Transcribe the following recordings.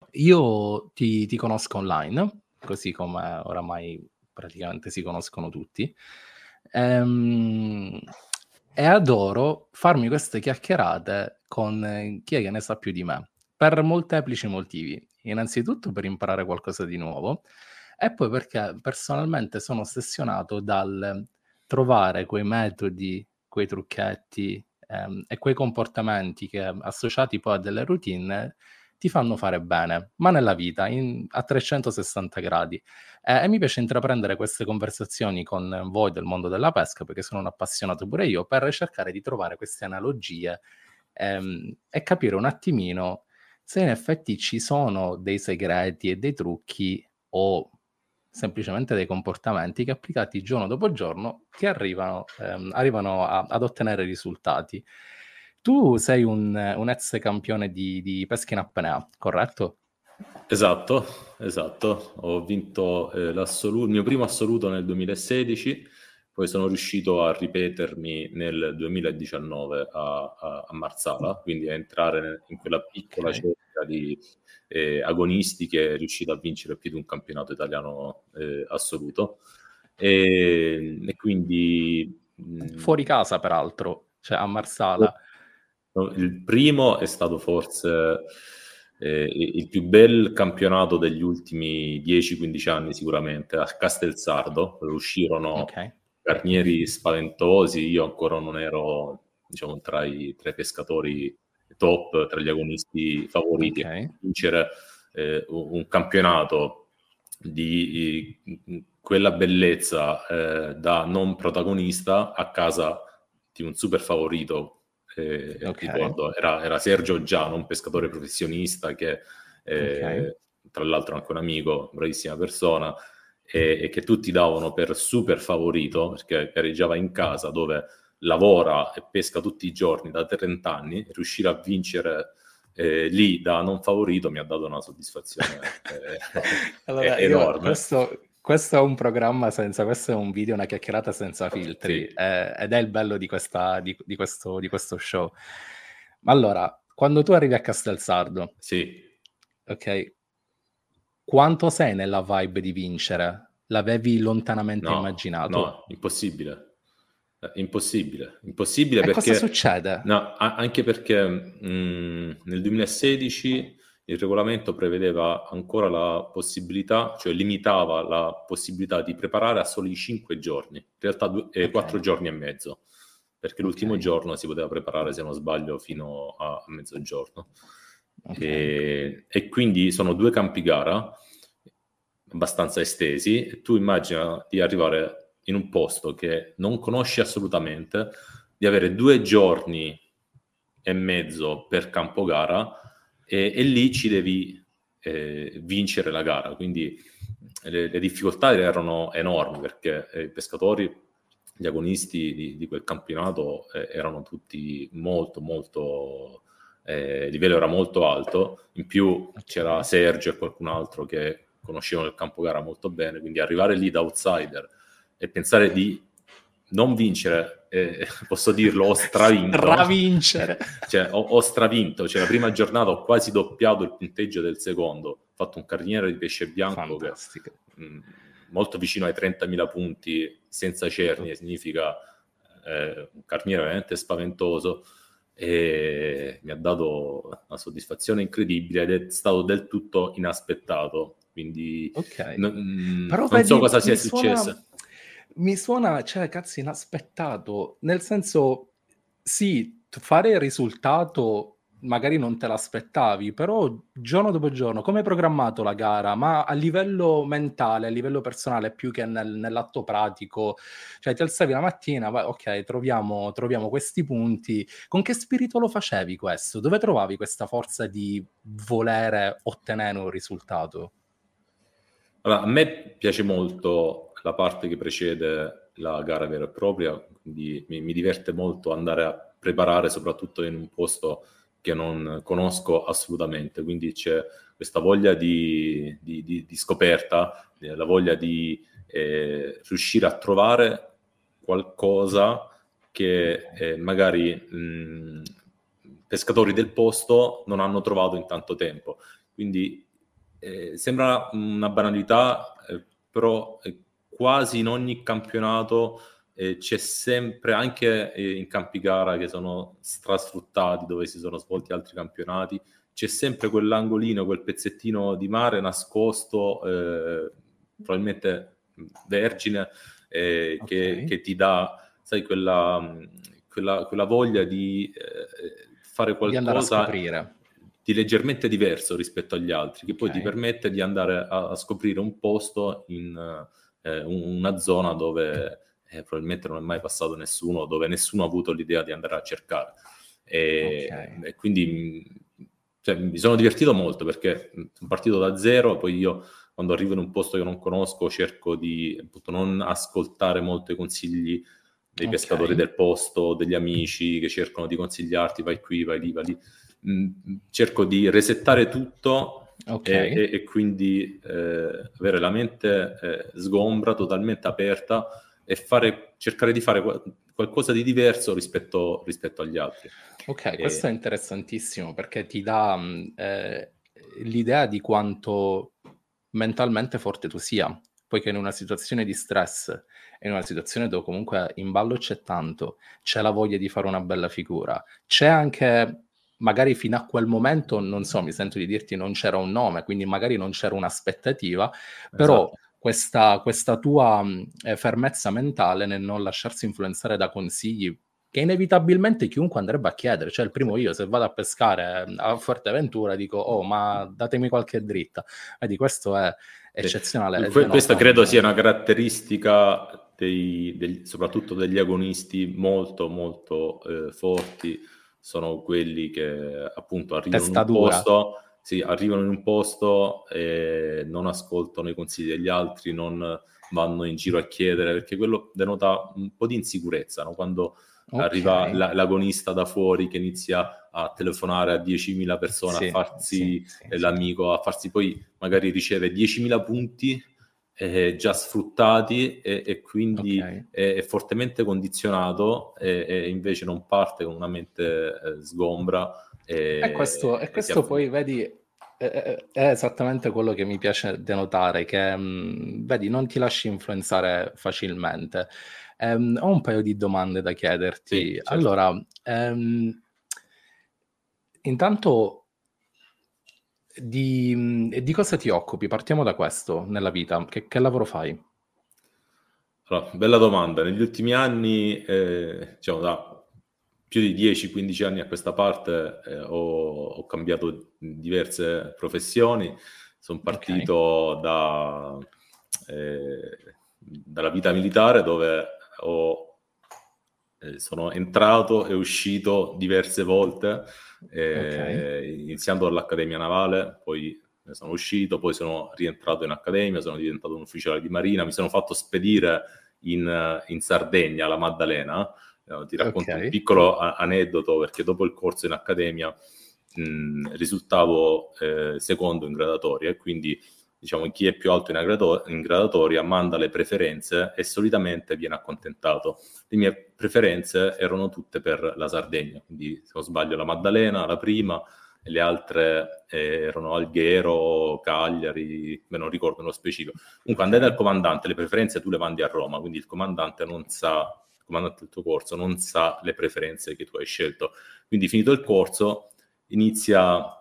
io ti conosco online, così come oramai praticamente si conoscono tutti, e adoro farmi queste chiacchierate con chi è che ne sa più di me, per molteplici motivi. Innanzitutto per imparare qualcosa di nuovo e poi perché personalmente sono ossessionato dal trovare quei metodi, quei trucchetti, e quei comportamenti che associati poi a delle routine ti fanno fare bene, ma nella vita, a 360 gradi. E mi piace intraprendere queste conversazioni con voi del mondo della pesca, perché sono un appassionato pure io, per cercare di trovare queste analogie, e capire un attimino se in effetti ci sono dei segreti e dei trucchi o semplicemente dei comportamenti che applicati giorno dopo giorno ti arrivano ad ottenere risultati. Tu sei un ex campione di pesca in apnea, corretto? Esatto, esatto. Ho vinto il mio primo assoluto nel 2016, poi sono riuscito a ripetermi nel 2019 a Marsala, quindi a entrare in quella piccola Ok. cerchia di agonisti che è riuscito a vincere più di un campionato italiano assoluto. E quindi Fuori casa, peraltro, cioè a Marsala. il primo è stato forse il più bel campionato degli ultimi 10-15 anni sicuramente, a Castelsardo, dove uscirono Ok. carnieri spaventosi, io ancora non ero, diciamo, tra i pescatori top, tra gli agonisti favoriti, Ok. a vincere un campionato di quella bellezza da non protagonista a casa di un super favorito. Ok. Ricordo, era Sergio Giano, un pescatore professionista che Ok. tra l'altro anche un amico, bravissima persona, e che tutti davano per super favorito perché gareggiava in casa dove lavora e pesca tutti i giorni da 30 anni, riuscire a vincere lì da non favorito mi ha dato una soddisfazione Allora, io enorme. questo è un programma senza, questo è un video, una chiacchierata senza filtri, Sì, ed è il bello di questo show. Ma allora, quando tu arrivi a Castelsardo, sì. ok, quanto sei nella vibe di vincere? L'avevi lontanamente No, immaginato? no, impossibile. Impossibile, impossibile E cosa perché, succede? no, anche perché nel 2016 il regolamento prevedeva ancora la possibilità, cioè limitava la possibilità di preparare a soli 5 giorni, in realtà Ok, 4 giorni e mezzo, perché ok, l'ultimo giorno si poteva preparare, se non sbaglio, fino a mezzogiorno. ok, E quindi sono 2 campi gara abbastanza estesi, e tu immagina di arrivare in un posto che non conosci assolutamente, di avere 2 giorni e mezzo per campo gara e lì ci devi vincere la gara. Quindi le difficoltà erano enormi perché i pescatori, gli agonisti di quel campionato erano tutti molto, molto... il livello era molto alto, in più c'era ok. Sergio e qualcun altro che conoscevano il campo gara molto bene, quindi arrivare lì da outsider e pensare di non vincere, posso dirlo, ho stravinto, Stravincere. cioè ho stravinto, cioè la prima giornata ho quasi doppiato il punteggio del secondo, ho fatto un carniere di pesce bianco che Fantastico. molto vicino ai 30.000 punti senza cernie, significa un carniere veramente spaventoso, e mi ha dato una soddisfazione incredibile ed è stato del tutto inaspettato, quindi Ok. Però non so vedi, cosa sia successo. mi suona, cioè, cazzo, inaspettato. Nel senso, sì, fare il risultato magari non te l'aspettavi, però giorno dopo giorno, come hai programmato la gara? Ma a livello mentale, a livello personale, più che nell'atto pratico, cioè ti alzavi la mattina, vai, ok, troviamo questi punti. Con che spirito lo facevi questo? Dove trovavi questa forza di volere ottenere un risultato? Allora, a me piace molto la parte che precede la gara vera e propria, quindi mi diverte molto andare a preparare, soprattutto in un posto che non conosco assolutamente, quindi c'è questa voglia di scoperta, la voglia di riuscire a trovare qualcosa che Ok. magari pescatori del posto non hanno trovato in tanto tempo. Quindi sembra una banalità, però quasi in ogni campionato c'è sempre, anche in campi gara che sono strasfruttati, dove si sono svolti altri campionati, c'è sempre quell'angolino, quel pezzettino di mare nascosto, probabilmente vergine, che ti dà, sai, quella voglia di fare Di andare a qualcosa scoprire. di leggermente diverso rispetto agli altri, che poi ti permette di andare a scoprire un posto in una zona dove probabilmente non è mai passato nessuno, dove nessuno ha avuto l'idea di andare a cercare. E quindi cioè, mi sono divertito molto, perché sono partito da zero. Poi io, quando arrivo in un posto che non conosco, cerco di appunto non ascoltare molto i consigli dei pescatori del posto, degli amici che cercano di consigliarti: vai qui, vai lì, vai lì. Cerco di resettare tutto e quindi avere la mente sgombra, totalmente aperta, e cercare di fare qualcosa di diverso rispetto agli altri. Questo è interessantissimo, perché ti dà l'idea di quanto mentalmente forte tu sia, poiché in una situazione di stress, in una situazione dove comunque in ballo c'è tanto, c'è la voglia di fare una bella figura, c'è anche, magari fino a quel momento, non so, mi sento di dirti, non c'era un nome, quindi magari non c'era un'aspettativa, però questa tua fermezza mentale nel non lasciarsi influenzare da consigli che inevitabilmente chiunque andrebbe a chiedere. Cioè, il primo, io se vado a pescare a Fuerteventura dico: oh, ma datemi qualche dritta. Vedi, questo è eccezionale. Questa credo sia una caratteristica soprattutto degli agonisti molto molto forti. Sono quelli che appunto arrivano in un posto e non ascoltano i consigli degli altri, non vanno in giro a chiedere, perché quello denota un po' di insicurezza, no? Quando arriva l'agonista da fuori, che inizia a telefonare a 10.000 persone, a farsi l'amico, a farsi, poi magari riceve 10.000 punti già sfruttati, e quindi è fortemente condizionato, e invece non parte con una mente sgombra. E questo poi, vedi, è esattamente quello che mi piace denotare, che vedi, non ti lasci influenzare facilmente. Ho un paio di domande da chiederti. Sì, certo. Allora, intanto, di cosa ti occupi? Partiamo da questo nella vita. Che lavoro fai? Allora, bella domanda. Negli ultimi anni, diciamo da più di 10-15 anni a questa parte, ho cambiato diverse professioni. Sono partito dalla vita militare, dove sono entrato e uscito diverse volte, iniziando dall'Accademia Navale, poi sono uscito, poi sono rientrato in accademia, sono diventato un ufficiale di marina, mi sono fatto spedire in Sardegna, alla Maddalena. Ti racconto un piccolo aneddoto, perché dopo il corso in accademia risultavo secondo in gradatoria, e quindi, diciamo, chi è più alto in gradatoria manda le preferenze e solitamente viene accontentato. Le mie preferenze erano tutte per la Sardegna, quindi, se non sbaglio, la Maddalena, la prima, e le altre erano Alghero, Cagliari, non ricordo nello specifico. Comunque, andai dal comandante, le preferenze tu le mandi a Roma, quindi il comandante del tuo corso non sa le preferenze che tu hai scelto. Quindi, finito il corso, inizia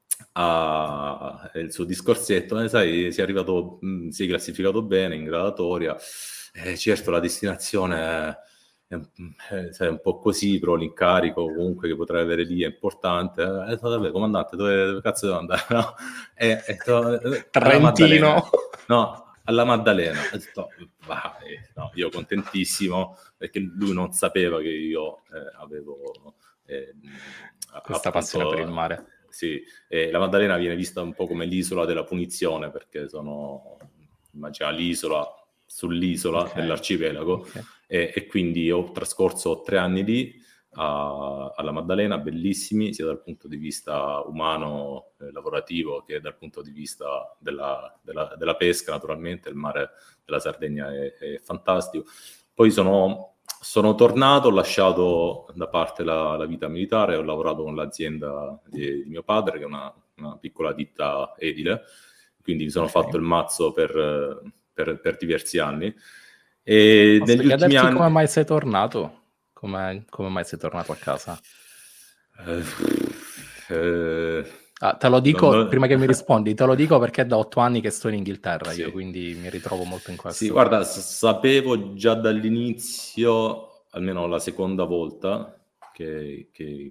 il suo discorsetto, sai, sei classificato bene in gradatoria, certo la destinazione è un po' così, però l'incarico comunque che potrai avere lì è importante. Vabbè, comandante, dove cazzo devo andare? No? Trentino. Alla Maddalena. No, io contentissimo, perché lui non sapeva che io avevo questa passione per il mare. Sì, la Maddalena viene vista un po' come l'isola della punizione, perché immagina l'isola sull'isola dell'arcipelago, e quindi ho trascorso 3 anni lì alla Maddalena, bellissimi, sia dal punto di vista umano, lavorativo, che dal punto di vista della pesca. Naturalmente il mare della Sardegna è fantastico. Poi sono tornato, ho lasciato da parte la vita militare, ho lavorato con l'azienda di mio padre, che è una piccola ditta edile. quindi mi sono fatto il mazzo per diversi anni. E Posso negli ultimi chiederti anni... come mai sei tornato? Come mai sei tornato a casa? Te lo dico, prima che mi rispondi, te lo dico perché è da 8 anni che sto in Inghilterra io, quindi mi ritrovo molto in questo. Sì, guarda, sapevo già dall'inizio, almeno la seconda volta, che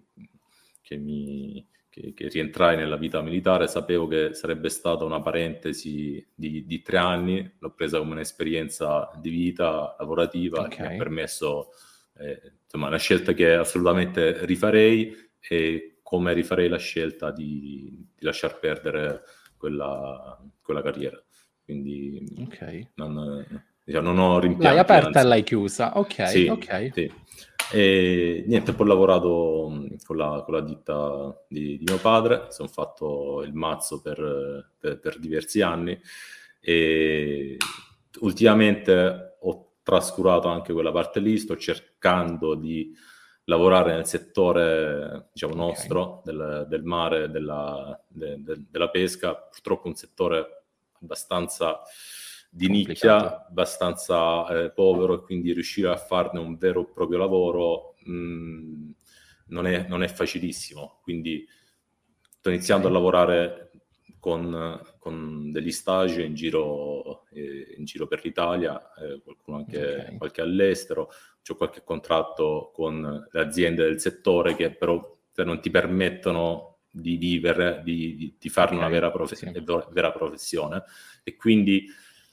rientrai nella vita militare, sapevo che sarebbe stata una parentesi di 3 anni, l'ho presa come un'esperienza di vita lavorativa che mi ha permesso, insomma, una scelta che assolutamente rifarei, e come rifarei la scelta di lasciar perdere quella carriera. Quindi non ho rimpianti. L'hai aperta e l'hai chiusa, ok. Sì. E niente, poi ho lavorato con la ditta di mio padre, sono fatto il mazzo per diversi anni, e ultimamente ho trascurato anche quella parte lì, sto cercando di lavorare nel settore, diciamo, nostro, del mare, della pesca. Purtroppo un settore abbastanza di nicchia, abbastanza povero, e quindi riuscire a farne un vero e proprio lavoro non è facilissimo. Quindi sto iniziando a lavorare con degli stage in giro per l'Italia, qualcuno anche qualche all'estero. C'ho qualche contratto con le aziende del settore che però non ti permettono di vivere, di farne una vera professione, e quindi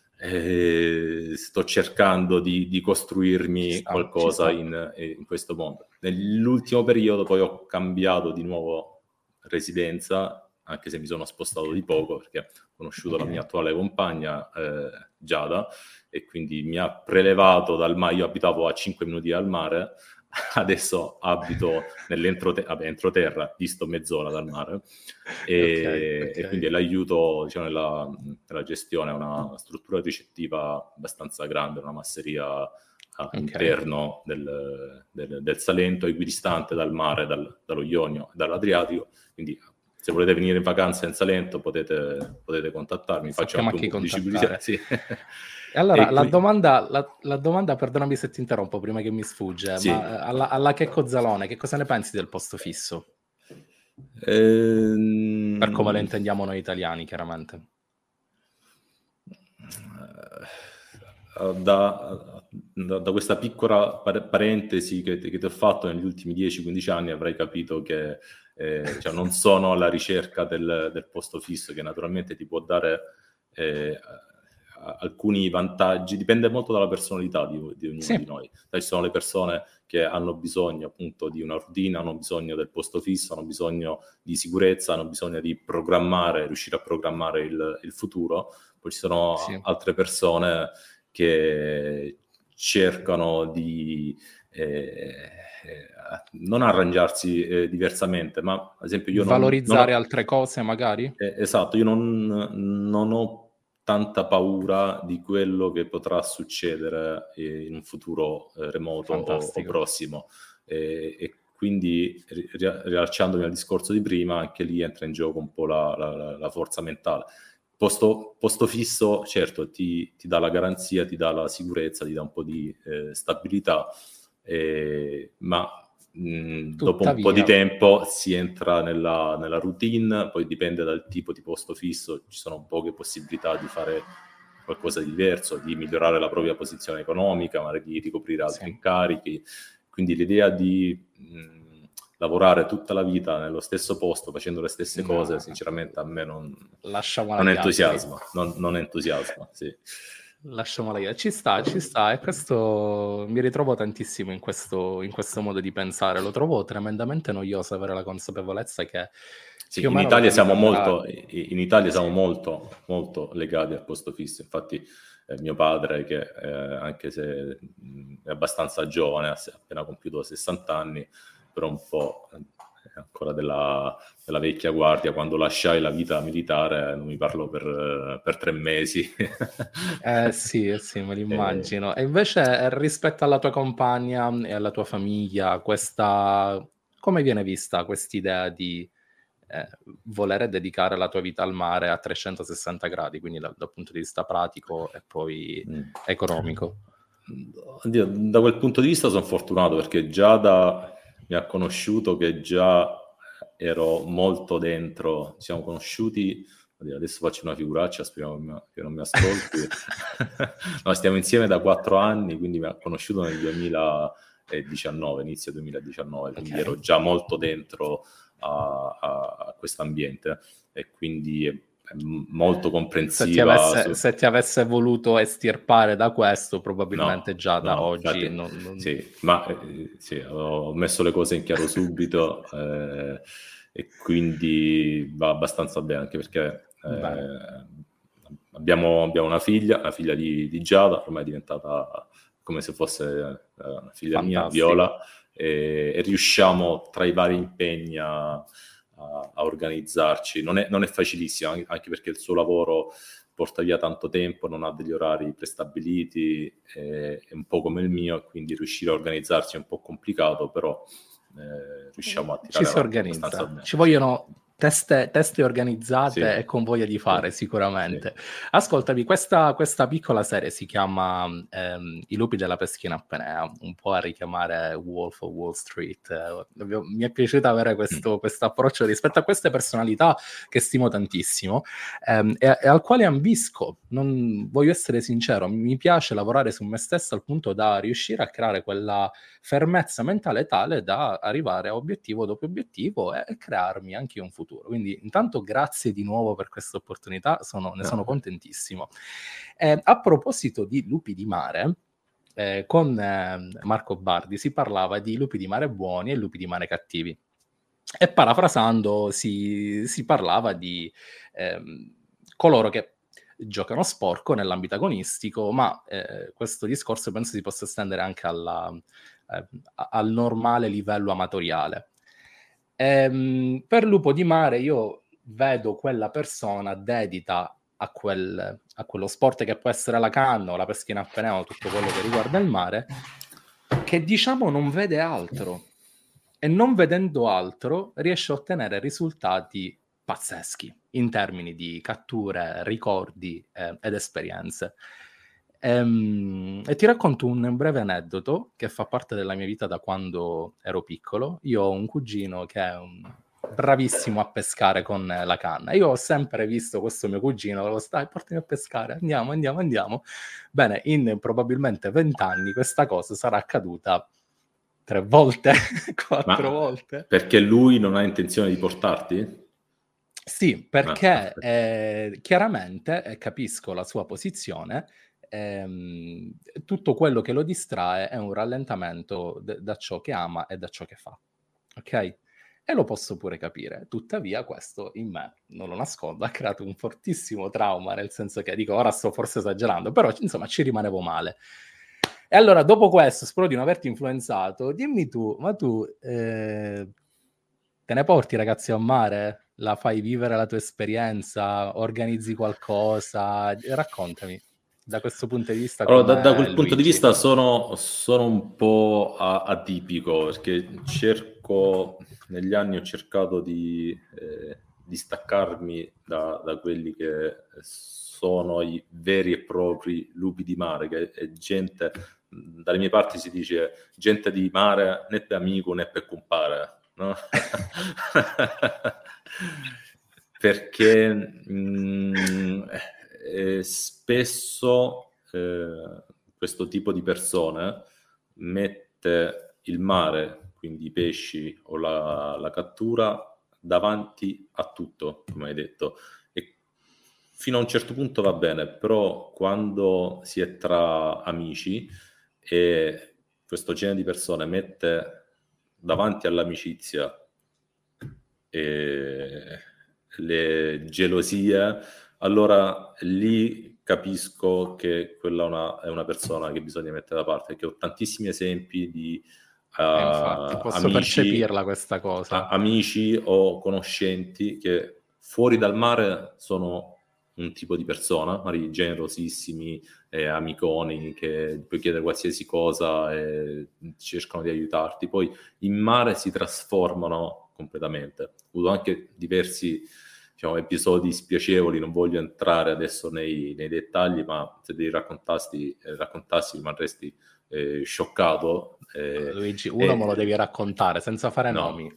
sto cercando di costruirmi qualcosa in questo mondo. Nell'ultimo periodo poi ho cambiato di nuovo residenza, anche se mi sono spostato di poco, perché ho conosciuto la mia attuale compagna, Giada, e quindi mi ha prelevato dal mare. Io abitavo a 5 minuti dal mare, adesso abito nell'entroterra, disto mezz'ora dal mare, e quindi l'aiuto, diciamo, nella gestione. È una struttura ricettiva abbastanza grande, una masseria all'interno del Salento, equidistante dal mare, dallo Ionio e dall'Adriatico. Quindi se volete venire in vacanza in Salento potete contattarmi, faccio anche un po' di pubblicità. Sì. Allora, la domanda, perdonami se ti interrompo prima che mi sfugge, ma alla Checco Zalone, che cosa ne pensi del posto fisso? Per come lo intendiamo noi italiani, chiaramente. Da questa piccola parentesi che ti ho fatto, negli ultimi 10-15 anni avrai capito che cioè non sono alla ricerca del posto fisso, che naturalmente ti può dare alcuni vantaggi. Dipende molto dalla personalità di ognuno di noi. Ci sono le persone che hanno bisogno appunto di una routine, hanno bisogno del posto fisso, hanno bisogno di sicurezza, hanno bisogno di riuscire a programmare il futuro. Poi ci sono altre persone che cercano di non arrangiarsi diversamente, ma ad esempio io valorizzare altre cose magari? Esatto, io non ho tanta paura di quello che potrà succedere in un futuro remoto o prossimo, e quindi riallacciandomi al discorso di prima, anche lì entra in gioco un po' la forza mentale. Posto fisso, certo, ti dà la garanzia, ti dà la sicurezza, ti dà un po' di stabilità, ma dopo un po' di tempo si entra nella routine. Poi dipende dal tipo di posto fisso, ci sono poche possibilità di fare qualcosa di diverso, di migliorare la propria posizione economica, magari di ricoprire altri incarichi. Quindi l'idea di lavorare tutta la vita nello stesso posto facendo le stesse cose, sinceramente a me non entusiasma, non entusiasma, sì. Lasciamola io. Ci sta, e questo mi ritrovo tantissimo in questo modo di pensare. Lo trovo tremendamente noioso avere la consapevolezza che in Italia siamo molto molto legati al posto fisso. Infatti mio padre, che anche se è abbastanza giovane, ha appena compiuto 60 anni, però un po' ancora della vecchia guardia. Quando lasciai la vita militare non mi parlò per 3 mesi. Sì, me l'immagino. E invece rispetto alla tua compagna e alla tua famiglia, come viene vista quest'idea di volere dedicare la tua vita al mare a 360 gradi, quindi dal punto di vista pratico e poi economico. Oddio, da quel punto di vista sono fortunato, perché Giada mi ha conosciuto che già ero molto dentro, ci siamo conosciuti, adesso faccio una figuraccia, speriamo che non mi ascolti. No, stiamo insieme da 4 anni, quindi mi ha conosciuto nel 2019, inizio 2019, quindi ero già molto dentro a questo ambiente, e quindi molto comprensiva. Se ti avesse voluto estirpare da questo, probabilmente no, da oggi infatti, sì, ma sì, ho messo le cose in chiaro subito, e quindi va abbastanza bene, anche perché abbiamo una figlia di Giada, ormai è diventata come se fosse una figlia mia, Viola, e riusciamo tra i vari impegni a organizzarci. Non è facilissimo, anche perché il suo lavoro porta via tanto tempo, non ha degli orari prestabiliti, è un po' come il mio, quindi riuscire a organizzarsi è un po' complicato, però riusciamo a tirare avanti abbastanza bene. Ci vogliono teste organizzate e con voglia di fare, sicuramente. Ascoltami, questa piccola serie si chiama I lupi della peschina appenea, un po' a richiamare Wolf of Wall Street. Mi è piaciuto avere questo approccio rispetto a queste personalità che stimo tantissimo, e al quale ambisco. Non voglio essere sincero, mi piace lavorare su me stesso al punto da riuscire a creare quella fermezza mentale tale da arrivare a obiettivo dopo obiettivo e crearmi anche un futuro. Quindi intanto grazie di nuovo per questa opportunità, ne sono contentissimo. A proposito di lupi di mare, con Marco Bardi si parlava di lupi di mare buoni e lupi di mare cattivi, e parafrasando si parlava di coloro che giocano sporco nell'ambito agonistico, ma questo discorso penso si possa estendere anche al normale livello amatoriale. Per lupo di mare io vedo quella persona dedita a quello sport che può essere la canna o la peschina appenea o tutto quello che riguarda il mare, che diciamo non vede altro, e non vedendo altro riesce a ottenere risultati pazzeschi in termini di catture, ricordi ed esperienze. E ti racconto un breve aneddoto che fa parte della mia vita da quando ero piccolo. Io ho un cugino che è bravissimo a pescare con la canna. Io ho sempre visto questo mio cugino, portami a pescare, andiamo. Bene, in probabilmente 20 anni questa cosa sarà accaduta 3 volte, 4 volte. Perché lui non ha intenzione di portarti? Sì, perché chiaramente, capisco la sua posizione, tutto quello che lo distrae è un rallentamento da ciò che ama e da ciò che fa, ok? E lo posso pure capire, tuttavia questo in me, non lo nascondo, ha creato un fortissimo trauma, nel senso che dico, ora sto forse esagerando, però insomma ci rimanevo male. E allora dopo questo, spero di non averti influenzato, dimmi tu, ma tu te ne porti ragazzi a mare? La fai vivere la tua esperienza? Organizzi qualcosa? Raccontami. Da questo punto di vista, allora, da quel punto di vista sono un po' atipico, perché negli anni ho cercato di staccarmi da quelli che sono i veri e propri lupi di mare, che è gente, dalle mie parti si dice gente di mare né per amico né per compare, no? Perché spesso questo tipo di persone mette il mare, quindi i pesci o la cattura, davanti a tutto, come hai detto, e fino a un certo punto va bene, però quando si è tra amici e questo genere di persone mette davanti all'amicizia le gelosie, allora lì capisco che quella è una persona che bisogna mettere da parte, perché ho tantissimi esempi di infatti, posso percepirla questa cosa. Amici o conoscenti che fuori dal mare sono un tipo di persona, magari generosissimi, amiconi, che puoi chiedere qualsiasi cosa e cercano di aiutarti, poi in mare si trasformano completamente. Ho avuto anche diversi, diciamo, episodi spiacevoli, non voglio entrare adesso nei dettagli, ma se li raccontassi rimarresti scioccato. Luigi, uno me lo devi raccontare senza fare nomi.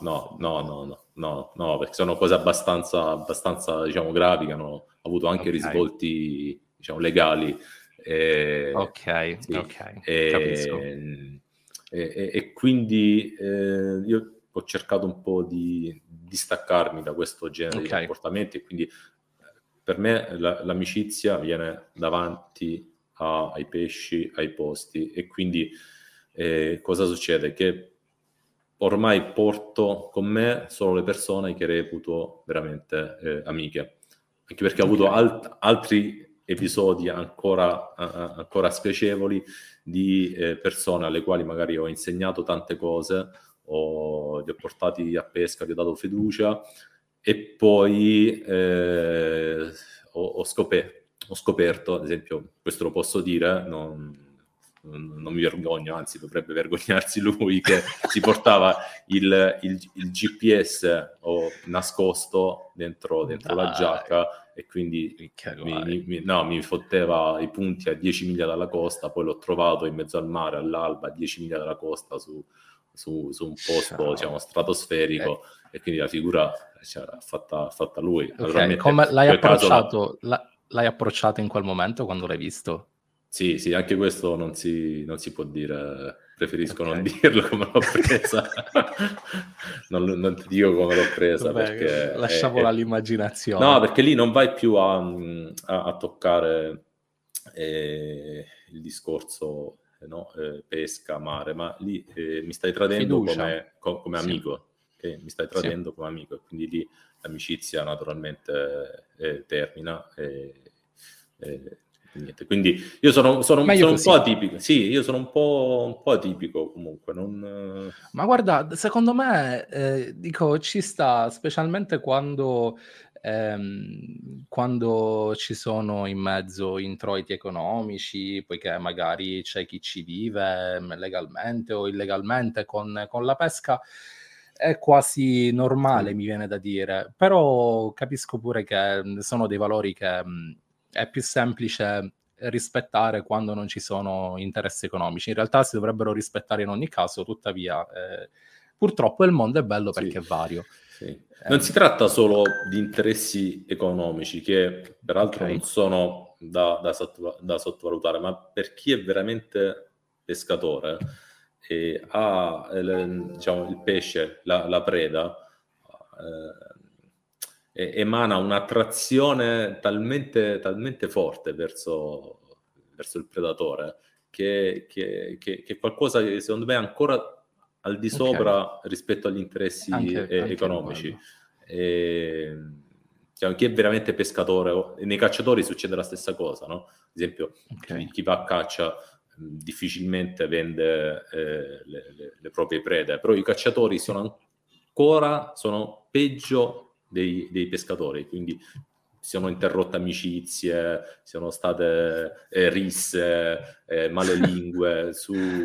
No, perché sono cose abbastanza diciamo, gravi, che hanno avuto anche risvolti, diciamo, legali. Ok, capisco. E quindi io ho cercato un po' di distaccarmi da questo genere di comportamenti, e quindi per me l'amicizia viene davanti ai pesci, ai posti, e quindi cosa succede? Che ormai porto con me solo le persone che reputo veramente amiche, anche perché ho avuto altri episodi ancora spiacevoli di persone alle quali magari ho insegnato tante cose, li ho portati a pesca, gli ho dato fiducia, e poi ho scoperto, ad esempio, questo lo posso dire, non mi vergogno, anzi dovrebbe vergognarsi lui, che si portava il GPS nascosto dentro la giacca, e quindi mi fotteva i punti a 10 miglia dalla costa. Poi l'ho trovato in mezzo al mare all'alba, a 10 miglia dalla costa, su un posto, diciamo, stratosferico, e quindi la figura fatta lui. Come l'hai approcciato? L'hai approcciato in quel momento quando l'hai visto? Sì, anche questo non si può dire, preferisco non dirlo come l'ho presa. non ti dico come l'ho presa. Vabbè, perché lasciamola all'immaginazione. No, perché lì non vai più a toccare il discorso, pesca, mare, ma lì mi stai tradendo come amico, mi stai tradendo come amico, e quindi lì l'amicizia naturalmente termina. Niente. Quindi io sono un po' atipico. Sì, io sono un po' atipico comunque. Ma guarda, secondo me, dico, ci sta, specialmente quando ci sono in mezzo introiti economici, poiché magari c'è chi ci vive legalmente o illegalmente con la pesca. È quasi normale, mi viene da dire, però capisco pure che sono dei valori che è più semplice rispettare quando non ci sono interessi economici. In realtà si dovrebbero rispettare in ogni caso, tuttavia purtroppo il mondo è bello perché è vario. Sì. Non si tratta solo di interessi economici, che peraltro non sono da sottovalutare, ma per chi è veramente pescatore e ha diciamo, il pesce, la preda, emana un'attrazione talmente forte verso il predatore, che è qualcosa che secondo me è ancora al di sopra rispetto agli interessi economici. Diciamo, chi è veramente pescatore, nei cacciatori succede la stessa cosa, no? Ad esempio, chi va a caccia difficilmente vende le proprie prede, però i cacciatori sono peggio dei pescatori, quindi siano interrotte amicizie, siano state risse, malelingue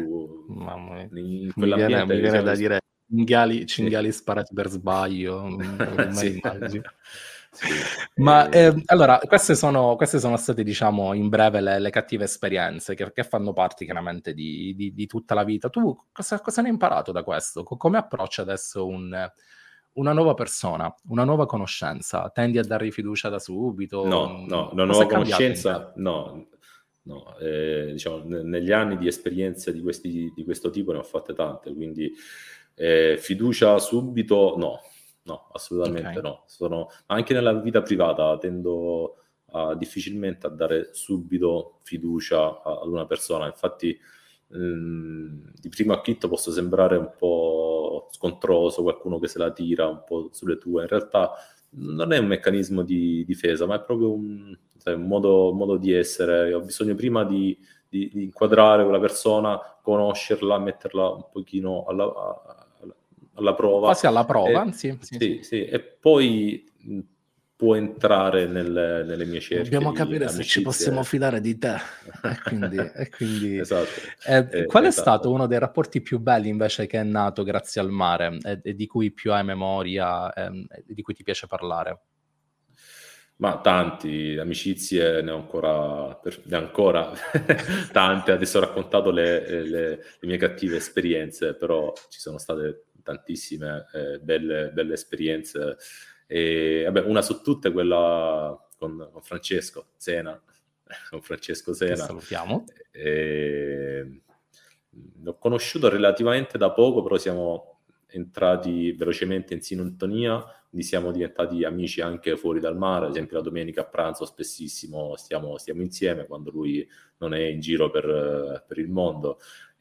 in quell'ambiente. Mi viene da dire cinghiali sparati per sbaglio. Immagino. Ma allora, queste sono state, diciamo, in breve le cattive esperienze che fanno parte chiaramente di tutta la vita. Tu cosa ne hai imparato da questo? Come approcci adesso una nuova persona, una nuova conoscenza? Tendi a dargli fiducia da subito? No, una nuova conoscenza no. Diciamo, negli anni di esperienze di questo tipo ne ho fatte tante, quindi fiducia subito no, assolutamente no. Anche nella vita privata tendo difficilmente a dare subito fiducia ad una persona. Infatti di primo acchito posso sembrare un po' scontroso, qualcuno che se la tira un po' sulle tue. In realtà non è un meccanismo di difesa, ma è proprio un modo di essere. Ho bisogno prima di inquadrare quella persona, conoscerla, metterla un pochino alla prova. Quasi alla prova, sì. E poi può entrare nelle mie cerchie Dobbiamo di capire se ci possiamo amicizie. fidare di te. E quindi Esatto, qual è stato esatto. uno dei rapporti più belli invece che è nato grazie al mare e di cui più hai memoria, e di cui ti piace parlare? Ma tanti, amicizie ne ho ancora tante. Adesso ho raccontato le mie cattive esperienze, però ci sono state tantissime belle esperienze. E, vabbè, una su tutte, quella con Francesco Sena, con Francesco Che Sena. salutiamo. L'ho conosciuto relativamente da poco, però siamo entrati velocemente in sintonia, quindi siamo diventati amici anche fuori dal mare. Ad esempio la domenica a pranzo spessissimo stiamo insieme quando lui non è in giro per il mondo.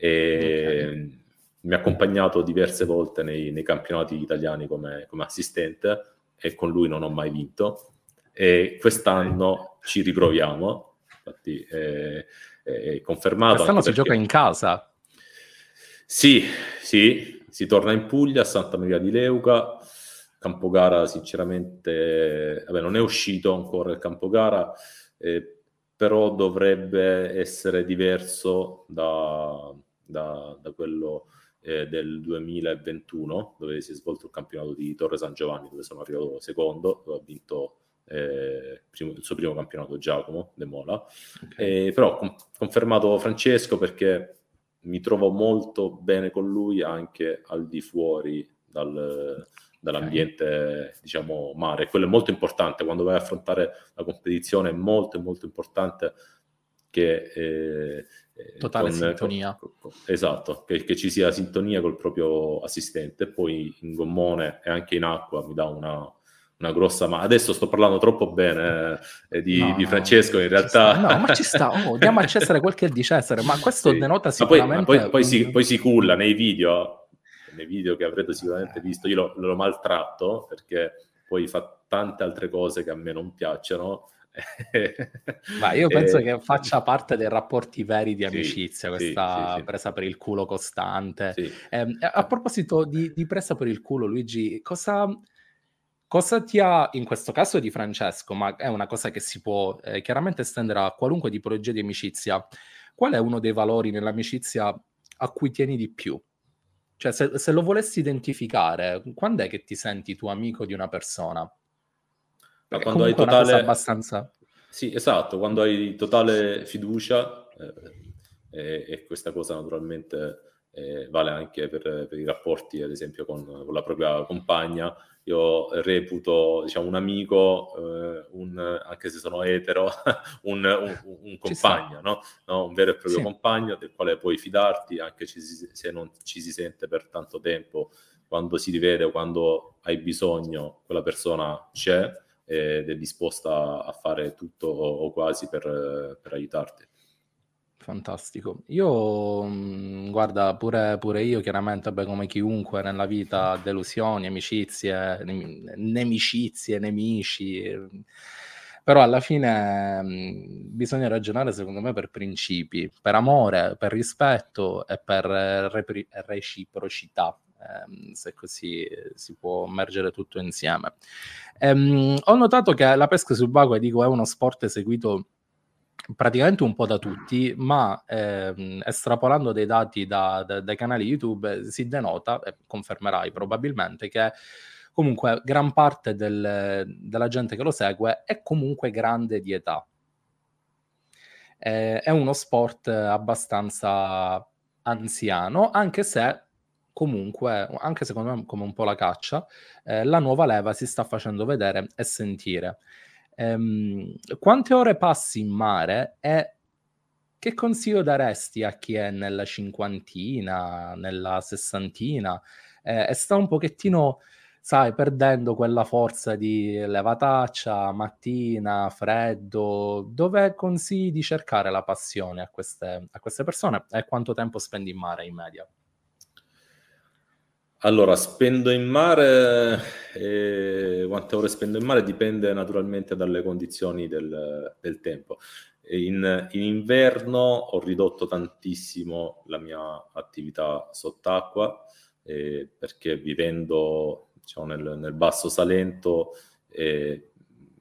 E mi ha accompagnato diverse volte nei campionati italiani come assistente, e con lui non ho mai vinto, e quest'anno ci riproviamo, infatti è confermato, Quest'anno anche si gioca perché in casa. sì, si torna in Puglia, a Santa Maria di Leuca. Campogara sinceramente, vabbè, non è uscito ancora il Campogara, però dovrebbe essere diverso da quello del 2021, dove si è svolto il campionato di Torre San Giovanni, dove sono arrivato secondo, dove ha vinto il suo primo campionato Giacomo De Mola. Però confermato Francesco, perché mi trovo molto bene con lui anche al di fuori dall'ambiente, diciamo, mare. Quello è molto importante quando vai a affrontare la competizione, è molto molto importante che Totale sintonia. esatto, che ci sia sintonia col proprio assistente. Poi in gommone e anche in acqua mi dà una grossa, ma adesso sto parlando troppo bene di No, Francesco, in ci sta. realtà. No, ma ci sta. Oh, diamo a Cesare quel che è di Cesare, ma questo Sì. denota Ma sicuramente poi si culla nei video che avrete sicuramente visto. Io lo maltratto perché poi fa tante altre cose che a me non piacciono. Ma io penso che faccia parte dei rapporti veri di Sì, amicizia, sì, questa sì. presa per il culo costante. Sì. A proposito di presa per il culo, Luigi, cosa ti ha, in questo caso di Francesco, ma è una cosa che si può chiaramente estendere a qualunque tipologia di amicizia, qual è uno dei valori nell'amicizia a cui tieni di più? Cioè, se lo volessi identificare, quando è che ti senti tu amico di una persona? Ma Perché quando hai comunque è una cosa totale... abbastanza... Sì, esatto, quando hai totale fiducia, e questa cosa naturalmente vale anche per i rapporti, ad esempio, con la propria compagna. Io reputo, diciamo, un amico, anche se sono etero, un Ci sta. compagno, no? Un vero e proprio Sì. compagno del quale puoi fidarti, anche se non ci si sente per tanto tempo. Quando si rivede o quando hai bisogno, quella persona c'è ed è disposta a fare tutto o quasi per aiutarti. Fantastico. Io, guarda, pure io chiaramente, vabbè, come chiunque nella vita, delusioni, amicizie, nemicizie, nemici, però alla fine bisogna ragionare, secondo me, per principi, per amore, per rispetto e per reciprocità, se così si può immergere tutto insieme. Ho notato che la pesca subacquea, dico, è uno sport seguito praticamente un po' da tutti, ma estrapolando dei dati dai canali YouTube si denota, e confermerai probabilmente, che comunque gran parte della gente che lo segue è comunque grande di età. È uno sport abbastanza anziano, anche se comunque, anche secondo me come un po' la caccia, la nuova leva si sta facendo vedere e sentire. Quante ore passi in mare e che consiglio daresti a chi è nella cinquantina, nella sessantina e sta un pochettino, sai, perdendo quella forza di levataccia, mattina, freddo? Dove consigli di cercare la passione a queste persone e quanto tempo spendi in mare in media? Allora, spendo in mare, quante ore spendo in mare dipende naturalmente dalle condizioni del tempo. In inverno ho ridotto tantissimo la mia attività sott'acqua, perché vivendo, diciamo, nel Basso Salento,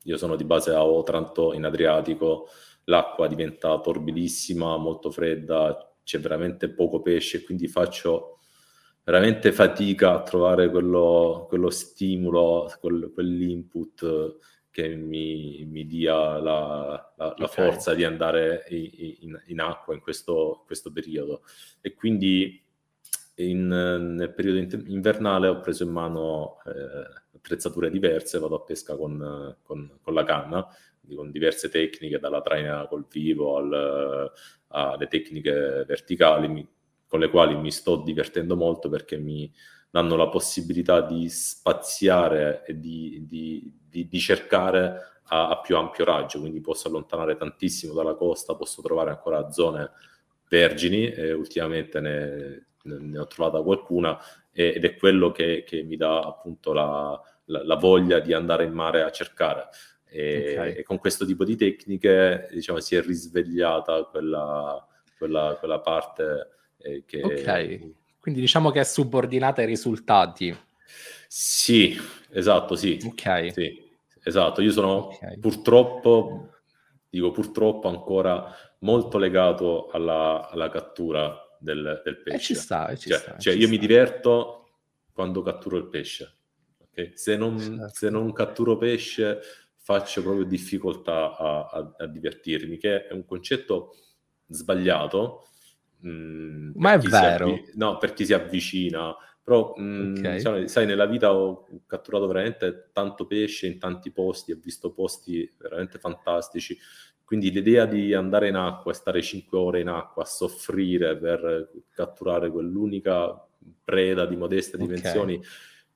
io sono di base a Otranto, in Adriatico, l'acqua diventa torbidissima, molto fredda, c'è veramente poco pesce, quindi faccio veramente fatica a trovare quello stimolo, quell'input che mi dia la forza di andare in acqua in questo periodo. E quindi nel periodo invernale ho preso in mano attrezzature diverse, vado a pesca con la canna, con diverse tecniche, dalla traina col vivo alle tecniche verticali, con le quali mi sto divertendo molto, perché mi danno la possibilità di spaziare e di cercare a più ampio raggio, quindi posso allontanare tantissimo dalla costa, posso trovare ancora zone vergini, e ultimamente ne ho trovata qualcuna, ed è quello che mi dà appunto la voglia di andare in mare a cercare. E con questo tipo di tecniche, diciamo, si è risvegliata quella parte che... Ok, quindi diciamo che è subordinata ai risultati. Sì, esatto, sì. Ok. Sì, esatto. Io sono Ok. purtroppo ancora molto legato alla cattura del Ci pesce. sta, ci sta, Cioè ci io mi sta. diverto quando catturo il pesce. Okay? Se Certo. non catturo pesce, faccio proprio difficoltà a divertirmi, che è un concetto sbagliato, Ma per è chi vero. per chi si avvicina. Però, Ok. sai, nella vita ho catturato veramente tanto pesce in tanti posti, ho visto posti veramente fantastici. Quindi l'idea di andare in acqua e stare 5 ore in acqua a soffrire per catturare quell'unica preda di modeste Ok. dimensioni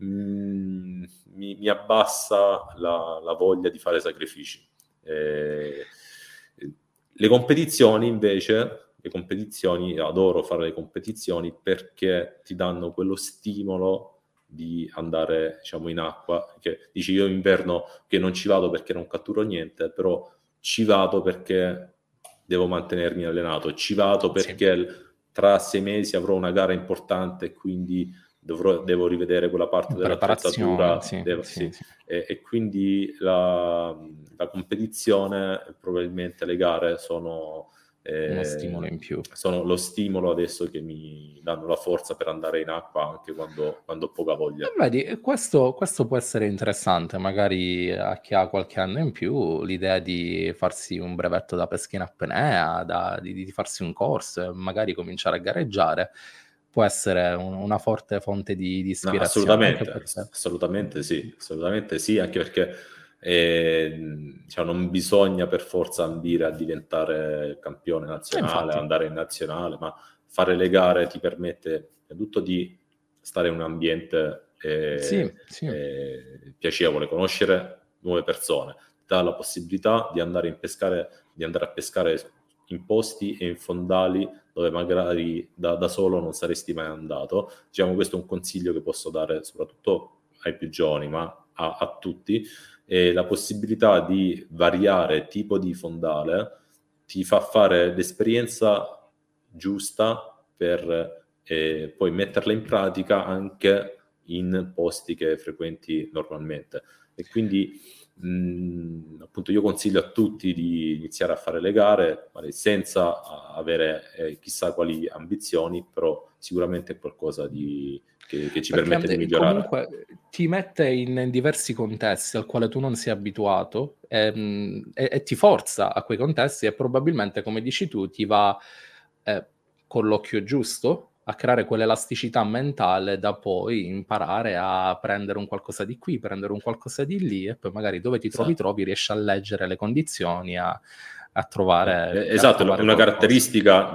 mi abbassa la voglia di fare sacrifici. Eh, le competizioni invece, adoro fare le competizioni perché ti danno quello stimolo di andare, diciamo, in acqua, che dici io in inverno che non ci vado perché non catturo niente, però ci vado perché devo mantenermi allenato, ci vado Sì. perché tra 6 mesi avrò una gara importante e quindi devo rivedere quella parte Preparazione, dell'attrezzatura, sì, sì, sì. sì. E quindi la competizione, probabilmente le gare Uno stimolo in più. sono lo stimolo adesso che mi danno la forza per andare in acqua anche quando ho poca voglia. Vedi, questo può essere interessante, magari a chi ha qualche anno in più, l'idea di farsi un brevetto da pesca in apnea, di farsi un corso e magari cominciare a gareggiare, può essere una forte fonte di No, ispirazione, anche perché... assolutamente sì, anche perché diciamo, non bisogna per forza ambire a diventare campione nazionale, Infatti, andare in nazionale, ma fare le gare ti permette innanzitutto di stare in un ambiente sì, sì, piacevole, conoscere nuove persone, ti dà la possibilità di andare a pescare in posti e in fondali dove magari da solo non saresti mai andato. Diciamo, questo è un consiglio che posso dare soprattutto ai più giovani, ma a tutti. E la possibilità di variare tipo di fondale ti fa fare l'esperienza giusta per poi metterla in pratica anche in posti che frequenti normalmente. E quindi appunto io consiglio a tutti di iniziare a fare le gare senza avere chissà quali ambizioni, però sicuramente è qualcosa che ci permette di perché migliorare. comunque ti mette in diversi contesti al quale tu non sei abituato e ti forza a quei contesti e probabilmente, come dici tu, ti va con l'occhio giusto a creare quell'elasticità mentale da poi imparare a prendere un qualcosa di qui, prendere un qualcosa di lì e poi magari dove ti Esatto. trovi riesci a leggere le condizioni, a trovare, a Esatto, trovare una qualcosa. caratteristica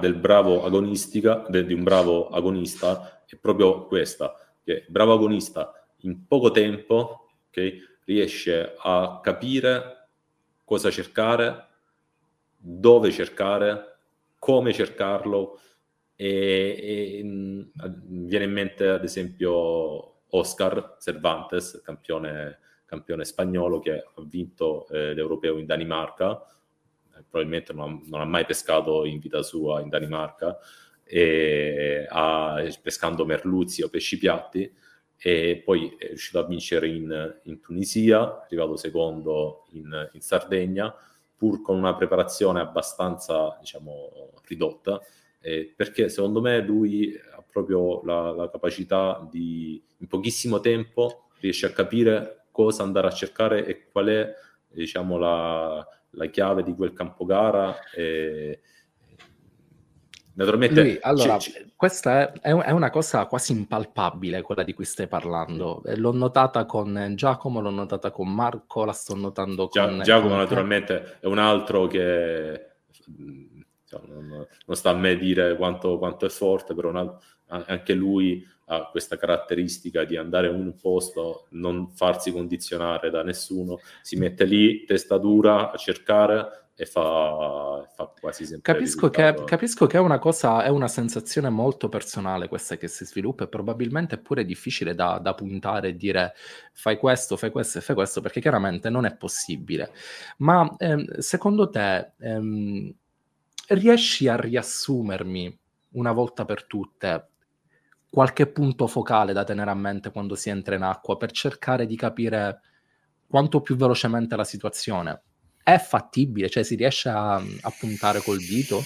di un bravo agonista è proprio questa, che il bravo agonista in poco tempo, okay, riesce a capire cosa cercare, dove cercare, come cercarlo viene in mente ad esempio Oscar Cervantes, campione spagnolo che ha vinto l'Europeo in Danimarca, probabilmente non ha mai pescato in vita sua in Danimarca, pescando merluzzi o pesci piatti, e poi è riuscito a vincere in Tunisia, è arrivato secondo in Sardegna, pur con una preparazione abbastanza, diciamo, ridotta, perché secondo me lui ha proprio la capacità di, in pochissimo tempo, riesce a capire cosa andare a cercare e qual è, diciamo, la chiave di quel campogara. Naturalmente Lui, allora, questa è una cosa quasi impalpabile, quella di cui stai parlando. L'ho notata con Giacomo, l'ho notata con Marco, la sto notando Giacomo con te. naturalmente è un altro che non sta a me dire quanto è forte, però anche lui ha questa caratteristica di andare in un posto, non farsi condizionare da nessuno, si mette lì, testa dura, a cercare e fa quasi sempre il risultato. Capisco che è una cosa, è una sensazione molto personale questa che si sviluppa e probabilmente è pure difficile da puntare e dire fai questo e fai questo, perché chiaramente non è possibile. Ma secondo te riesci a riassumermi una volta per tutte qualche punto focale da tenere a mente quando si entra in acqua per cercare di capire quanto più velocemente la situazione? È fattibile? Cioè si riesce a puntare col dito?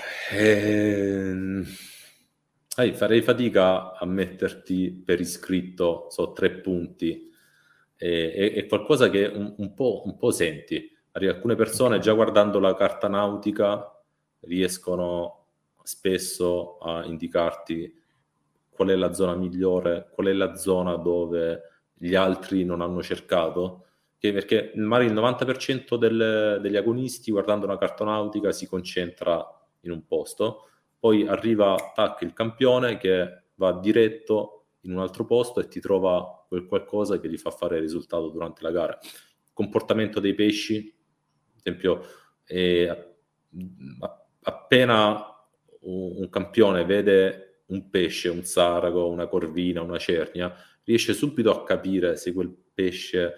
Farei fatica a metterti per iscritto, 3 punti. È qualcosa che un po' senti. Alcune persone già guardando la carta nautica riescono spesso a indicarti qual è la zona migliore, qual è la zona dove gli altri non hanno cercato, perché magari il 90% degli agonisti guardando una carta nautica si concentra in un posto, poi arriva il campione che va diretto in un altro posto e ti trova quel qualcosa che gli fa fare il risultato durante la gara. Comportamento dei pesci, ad esempio, appena un campione vede un pesce, un sarago, una corvina, una cernia, riesce subito a capire se quel pesce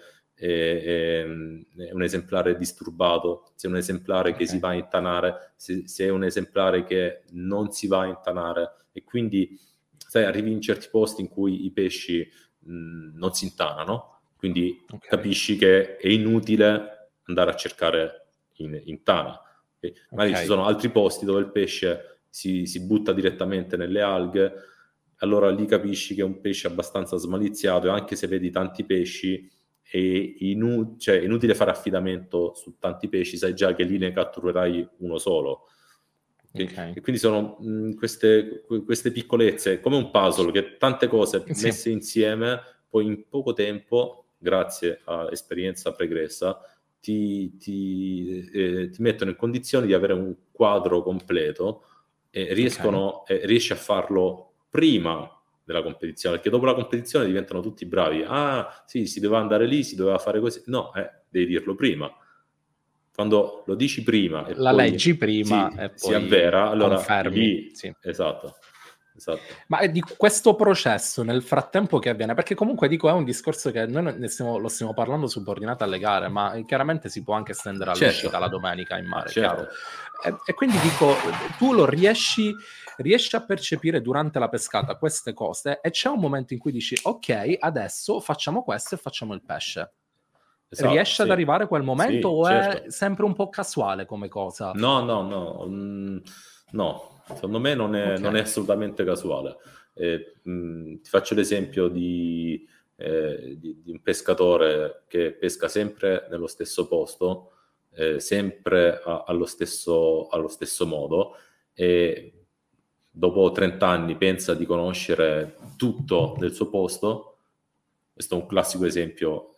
è un esemplare disturbato, se è un esemplare che si va a intanare, se è un esemplare che non si va a intanare, e quindi sai, arrivi in certi posti in cui i pesci non si intanano, quindi capisci che è inutile andare a cercare in tana. Magari ci sono altri posti dove il pesce si butta direttamente nelle alghe, allora lì capisci che è un pesce abbastanza smaliziato, e anche se vedi tanti pesci è inutile fare affidamento su tanti pesci, sai già che lì ne catturerai uno solo. E quindi sono queste piccolezze, come un puzzle, che tante cose messe insieme, poi in poco tempo, grazie a esperienza pregressa, ti mettono in condizione di avere un quadro completo, e riesci a farlo prima della competizione, perché dopo la competizione diventano tutti bravi. Ah, sì, si doveva andare lì, si doveva fare così. No, devi dirlo prima. Quando lo dici prima e la poi leggi prima e poi si avvera, allora confermi. lì, sì. Esatto. Ma è di questo processo nel frattempo che avviene, perché comunque dico è un discorso che noi lo stiamo parlando subordinato alle gare, ma chiaramente si può anche estendere all'uscita la domenica in mare, chiaro. E quindi dico, tu lo riesci a percepire durante la pescata queste cose, e c'è un momento in cui dici ok, adesso facciamo questo e facciamo il pesce. Riesce ad arrivare quel momento, o è sempre un po' casuale come cosa? No, secondo me non è assolutamente casuale. Ti faccio l'esempio di un pescatore che pesca sempre nello stesso posto, sempre allo stesso modo, e dopo 30 anni pensa di conoscere tutto del suo posto. Questo è un classico esempio,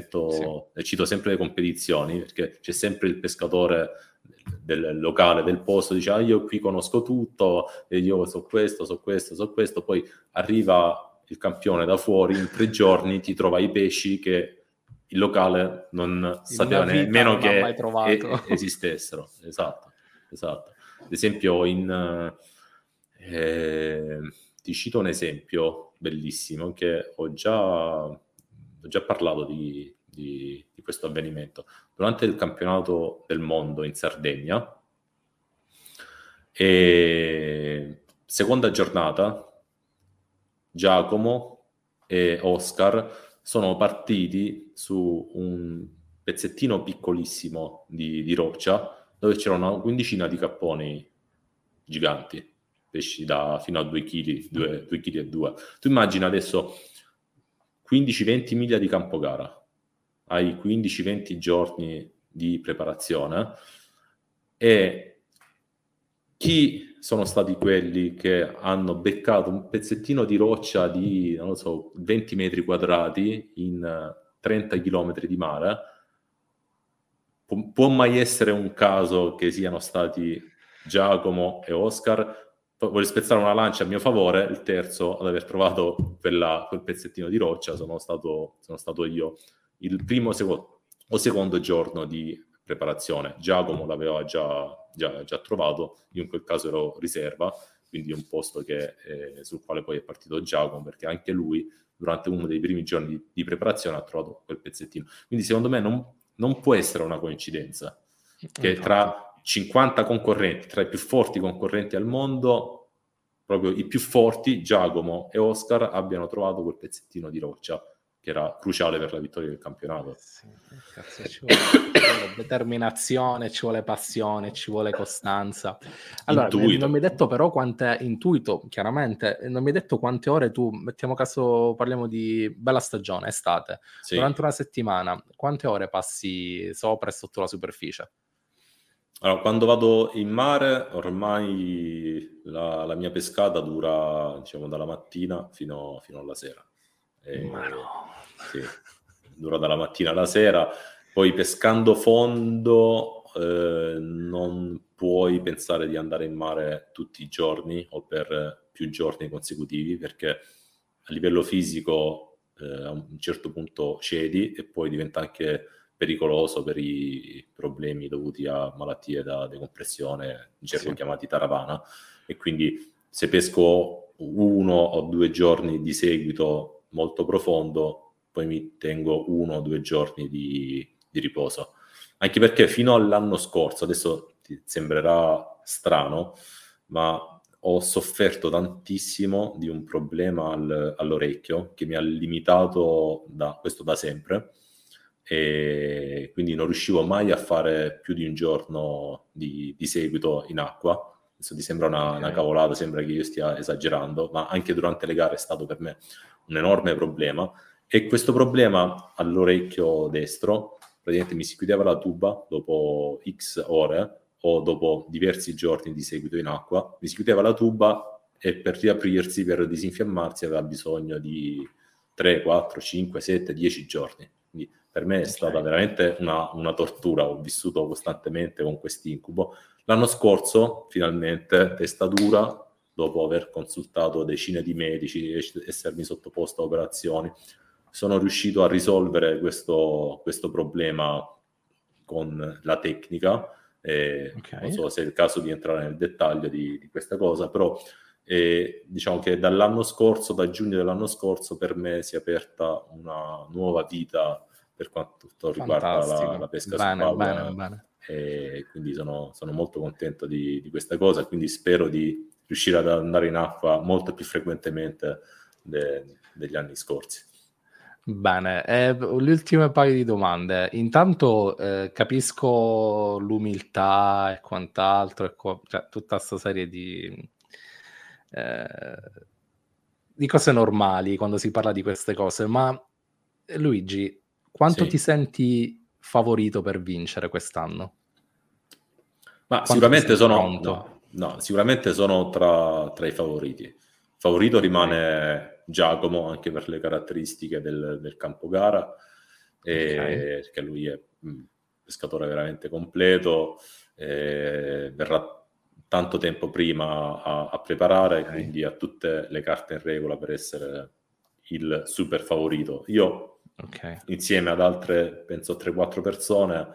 cito sempre le competizioni, perché c'è sempre il pescatore del locale, del posto, dice io qui conosco tutto, e io so questo, poi arriva il campione da fuori, in 3 giorni ti trova i pesci che il locale non sapeva nemmeno che esistessero. Esatto. Ad esempio ti cito un esempio bellissimo, che ho già parlato di questo avvenimento. Durante il campionato del mondo in Sardegna, seconda giornata, Giacomo e Oscar sono partiti su un pezzettino piccolissimo di roccia dove c'era una quindicina di capponi giganti, pesci fino a 2 kg, 2 kg e 2. Tu immagina adesso 15-20 miglia di campo gara, hai 15-20 giorni di preparazione, e chi sono stati quelli che hanno beccato un pezzettino di roccia di, non lo so, 20 metri quadrati in 30 chilometri di mare? Può mai essere un caso che siano stati Giacomo e Oscar? Voglio spezzare una lancia a mio favore: il terzo ad aver trovato quel pezzettino di roccia sono stato io, il primo o secondo giorno di preparazione. Giacomo l'aveva già trovato, io in quel caso ero riserva, quindi un posto sul quale poi è partito Giacomo, perché anche lui durante uno dei primi giorni di preparazione ha trovato quel pezzettino. Quindi secondo me non può essere una coincidenza che tra 50 concorrenti, tra i più forti concorrenti al mondo, proprio i più forti, Giacomo e Oscar, abbiano trovato quel pezzettino di roccia che era cruciale per la vittoria del campionato. Sì, cazzo, ci vuole determinazione, ci vuole passione, ci vuole costanza. Allora, non mi hai detto però quante, intuito, chiaramente, non mi hai detto quante ore tu, mettiamo caso, parliamo di bella stagione, estate, sì. Durante una settimana, quante ore passi sopra e sotto la superficie? Allora, quando vado in mare, ormai la mia pescata dura, diciamo, dalla mattina fino alla sera. Ma no. Sì, dura dalla mattina alla sera. Poi pescando fondo non puoi pensare di andare in mare tutti i giorni o per più giorni consecutivi, perché a livello fisico a un certo punto cedi e poi diventa anche pericoloso per i problemi dovuti a malattie da decompressione, in gergo chiamati taravana, e quindi se pesco 1 o 2 giorni di seguito molto profondo, poi mi tengo 1 o 2 giorni di riposo. Anche perché fino all'anno scorso, adesso ti sembrerà strano, ma ho sofferto tantissimo di un problema all'orecchio che mi ha limitato questo da sempre, e quindi non riuscivo mai a fare più di un giorno di seguito in acqua. Adesso ti sembra una cavolata, sembra che io stia esagerando, ma anche durante le gare è stato per me un enorme problema, e questo problema all'orecchio destro praticamente mi si chiudeva la tuba dopo X ore o dopo diversi giorni di seguito in acqua, mi si chiudeva la tuba e per riaprirsi, per disinfiammarsi, aveva bisogno di 3, 4, 5, 7, 10 giorni. Quindi per me è stata veramente una tortura, ho vissuto costantemente con quest'incubo. L'anno scorso, finalmente, testa dura, dopo aver consultato decine di medici, essermi sottoposto a operazioni, sono riuscito a risolvere questo problema con la tecnica. Non so se è il caso di entrare nel dettaglio di questa cosa, però diciamo che dall'anno scorso, da giugno dell'anno scorso, per me si è aperta una nuova vita per quanto riguarda la pesca subacquea. Bene. E quindi sono molto contento di questa cosa, quindi spero di riuscire ad andare in acqua molto più frequentemente degli anni scorsi. Bene, le ultime paio di domande. Intanto capisco l'umiltà e quant'altro, cioè, tutta questa serie di cose normali quando si parla di queste cose, ma Luigi, quanto ti senti favorito per vincere quest'anno? Ma sicuramente sicuramente sono tra i favoriti. Favorito rimane Giacomo, anche per le caratteristiche del campo gara, perché lui è un pescatore veramente completo, verrà tanto tempo prima a preparare, quindi ha tutte le carte in regola per essere il super favorito. Io, insieme ad altre, penso 3-4 persone,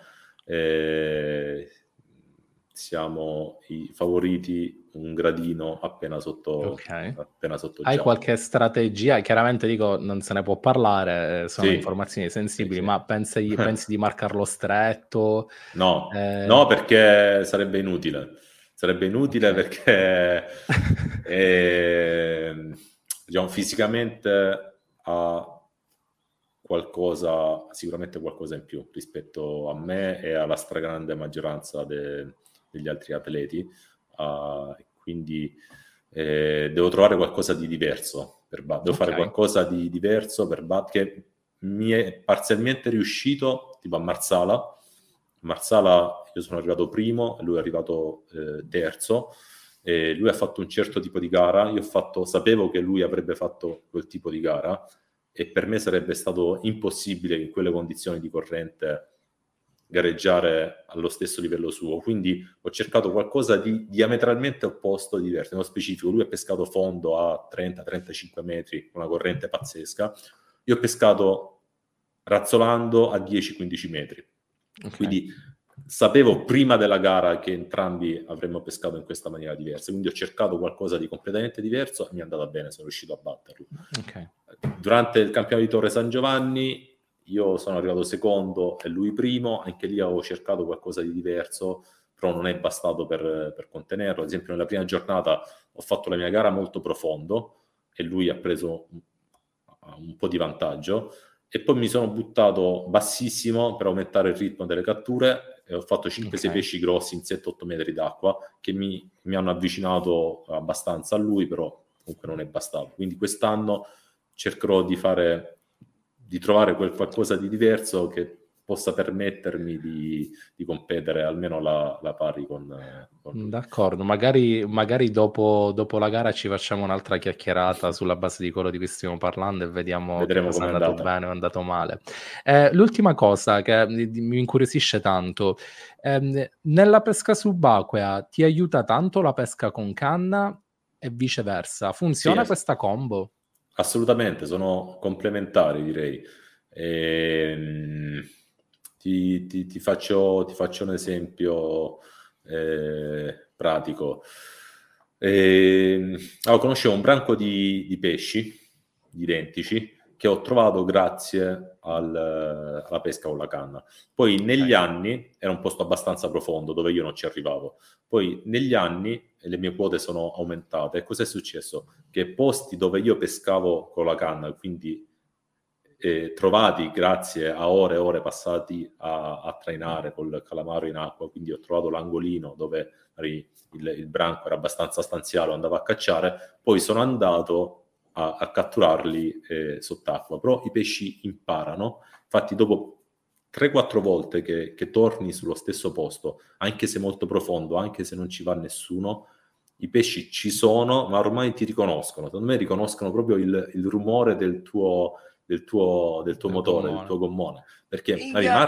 siamo i favoriti un gradino appena sotto Hai qualche strategia? Chiaramente dico, non se ne può parlare, sono informazioni sensibili, ma pensi di marcarlo stretto? No, perché sarebbe inutile. Perché diciamo, fisicamente ha sicuramente qualcosa in più rispetto a me e alla stragrande maggioranza degli altri atleti, quindi devo trovare qualcosa di diverso devo fare qualcosa di diverso che mi è parzialmente riuscito, tipo a Marsala io sono arrivato primo e lui è arrivato terzo, e lui ha fatto un certo tipo di gara, sapevo che lui avrebbe fatto quel tipo di gara e per me sarebbe stato impossibile in quelle condizioni di corrente gareggiare allo stesso livello suo, quindi ho cercato qualcosa di diametralmente opposto, diverso. Nello specifico lui ha pescato fondo a 30-35 metri, una corrente pazzesca, io ho pescato razzolando a 10-15 metri, quindi sapevo prima della gara che entrambi avremmo pescato in questa maniera diversa, quindi ho cercato qualcosa di completamente diverso e mi è andata bene, sono riuscito a batterlo. Durante il campionato di Torre San Giovanni io sono arrivato secondo e lui primo, anche lì avevo cercato qualcosa di diverso, però non è bastato per contenerlo. Ad esempio nella prima giornata ho fatto la mia gara molto profondo e lui ha preso un po' di vantaggio, e poi mi sono buttato bassissimo per aumentare il ritmo delle catture e ho fatto 5-6 pesci grossi in 7-8 metri d'acqua che mi hanno avvicinato abbastanza a lui, però comunque non è bastato. Quindi quest'anno cercherò di trovare qualcosa di diverso che possa permettermi di competere almeno la pari con lui. D'accordo, magari dopo la gara ci facciamo un'altra chiacchierata sulla base di quello di cui stiamo parlando e vedremo che cosa è andato bene o è andato male. L'ultima cosa che mi incuriosisce tanto, nella pesca subacquea ti aiuta tanto la pesca con canna e viceversa? Funziona questa combo? Assolutamente, sono complementari, direi. Ti faccio un esempio pratico. Conoscevo un branco di pesci identici che ho trovato grazie alla pesca con la canna. Poi negli anni era un posto abbastanza profondo dove io non ci arrivavo. Poi negli anni le mie quote sono aumentate. E cos'è successo? Che posti dove io pescavo con la canna, quindi trovati grazie a ore e ore passati a trainare col calamaro in acqua, quindi ho trovato l'angolino dove il branco era abbastanza stanziale, andavo a cacciare, poi sono andato a catturarli sott'acqua. Però i pesci imparano, infatti dopo 3-4 volte che torni sullo stesso posto, anche se molto profondo, anche se non ci va nessuno, i pesci ci sono, ma ormai ti riconoscono. Secondo me riconoscono proprio il rumore del tuo motore, del tuo gommone, perché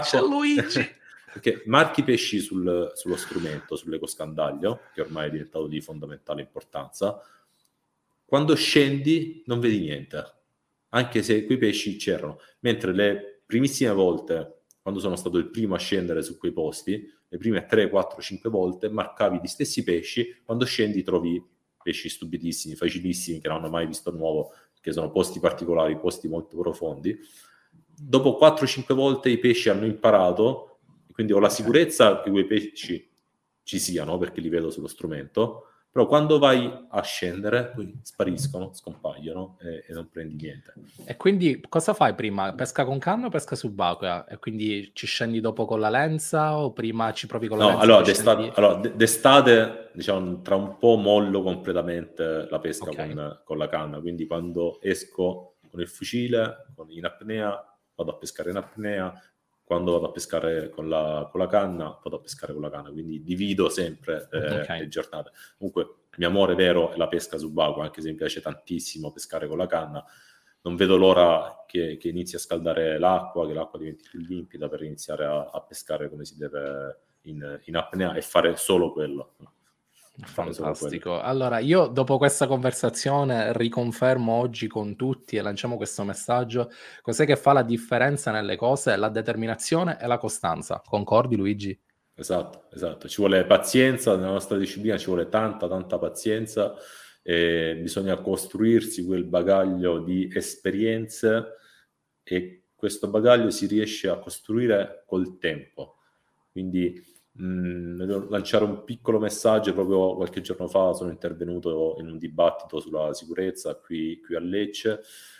perché marchi i pesci sullo strumento, sull'ecoscandaglio, che ormai è diventato di fondamentale importanza. Quando scendi non vedi niente, anche se quei pesci c'erano, mentre le primissime volte, quando sono stato il primo a scendere su quei posti, le prime 3, 4, 5 volte marcavi gli stessi pesci, quando scendi trovi pesci stupidissimi, facilissimi, che non hanno mai visto nuovo, che sono posti particolari, posti molto profondi. Dopo 4-5 volte i pesci hanno imparato, quindi ho la sicurezza che quei pesci ci siano, perché li vedo sullo strumento, però quando vai a scendere poi spariscono, scompaiono e non prendi niente. E quindi cosa fai prima? Pesca con canna o pesca subacquea? E quindi ci scendi dopo con la lenza o prima ci provi con la lenza? Allora, d'estate, diciamo, tra un po' mollo completamente la pesca con la canna, quindi quando esco con il fucile, in apnea, vado a pescare in apnea, quando vado a pescare con la canna, vado a pescare con la canna, quindi divido sempre le giornate. Comunque il mio amore vero è la pesca subacquea, anche se mi piace tantissimo pescare con la canna. Non vedo l'ora che inizi a scaldare l'acqua, che l'acqua diventi più limpida per iniziare a pescare come si deve in apnea e fare solo quello. Fantastico. Allora, io dopo questa conversazione riconfermo oggi con tutti e lanciamo questo messaggio. Cos'è che fa la differenza nelle cose? La determinazione e la costanza. Concordi, Luigi? Esatto. Ci vuole pazienza, nella nostra disciplina ci vuole tanta pazienza. Bisogna costruirsi quel bagaglio di esperienze e questo bagaglio si riesce a costruire col tempo. Quindi devo lanciare un piccolo messaggio. Proprio qualche giorno fa sono intervenuto in un dibattito sulla sicurezza qui a Lecce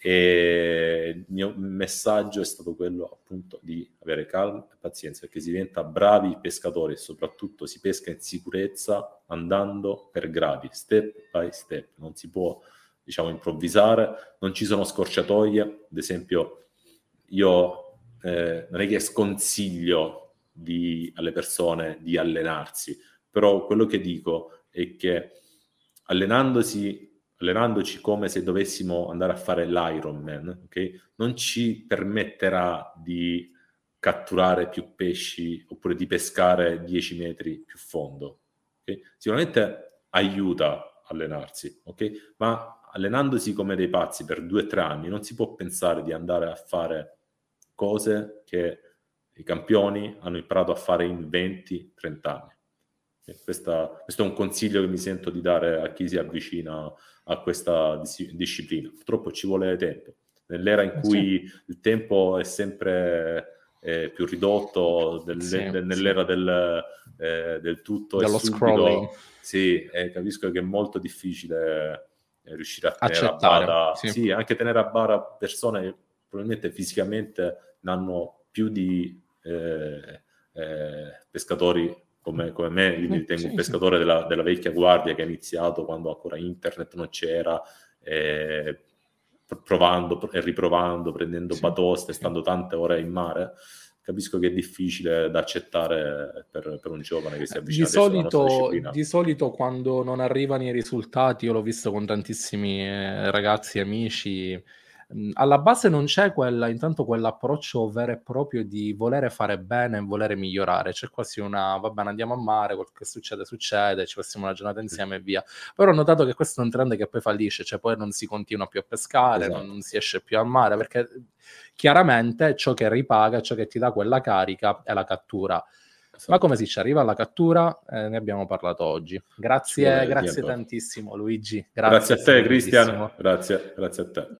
E il mio messaggio è stato quello appunto di avere calma e pazienza, perché si diventa bravi pescatori e soprattutto si pesca in sicurezza andando per gradi, step by step. Non si può, diciamo, improvvisare, non ci sono scorciatoie. Ad esempio, io non è che sconsiglio alle persone di allenarsi, però quello che dico è che allenandoci come se dovessimo andare a fare l'Ironman, ok? Non ci permetterà di catturare più pesci oppure di pescare 10 metri più fondo. Okay? Sicuramente aiuta allenarsi, ok? Ma allenandosi come dei pazzi per 2-3 anni non si può pensare di andare a fare cose che i campioni hanno imparato a fare in 20-30 anni. Questo è un consiglio che mi sento di dare a chi si avvicina a questa disciplina. Purtroppo ci vuole tempo. Nell'era in cui il tempo è sempre più ridotto, nell'era del tutto dello e subito, scrolling. sì, capisco che è molto difficile riuscire a tenere accettare, a bada, sì, anche tenere a bada persone che probabilmente fisicamente ne hanno più di pescatori come me. Io mi ritengo un pescatore della vecchia guardia che ha iniziato quando ancora internet non c'era, provando e riprovando, prendendo batoste, stando tante ore in mare. Capisco che è difficile da accettare per un giovane che si avvicina adesso alla nostra disciplina. Di solito quando non arrivano i risultati, io l'ho visto con tantissimi ragazzi, amici, alla base non c'è quell'approccio vero e proprio di volere fare bene e volere migliorare. C'è quasi va bene, andiamo a mare, quel che succede, ci passiamo una giornata insieme e via. Però ho notato che questo è un trend che poi fallisce, cioè poi non si continua più a pescare, non si esce più al mare, perché chiaramente ciò che ripaga, ciò che ti dà quella carica è la cattura. Ma come si ci arriva alla cattura? Ne abbiamo parlato oggi. Grazie tantissimo Luigi. Grazie a te, Cristian. Grazie a te.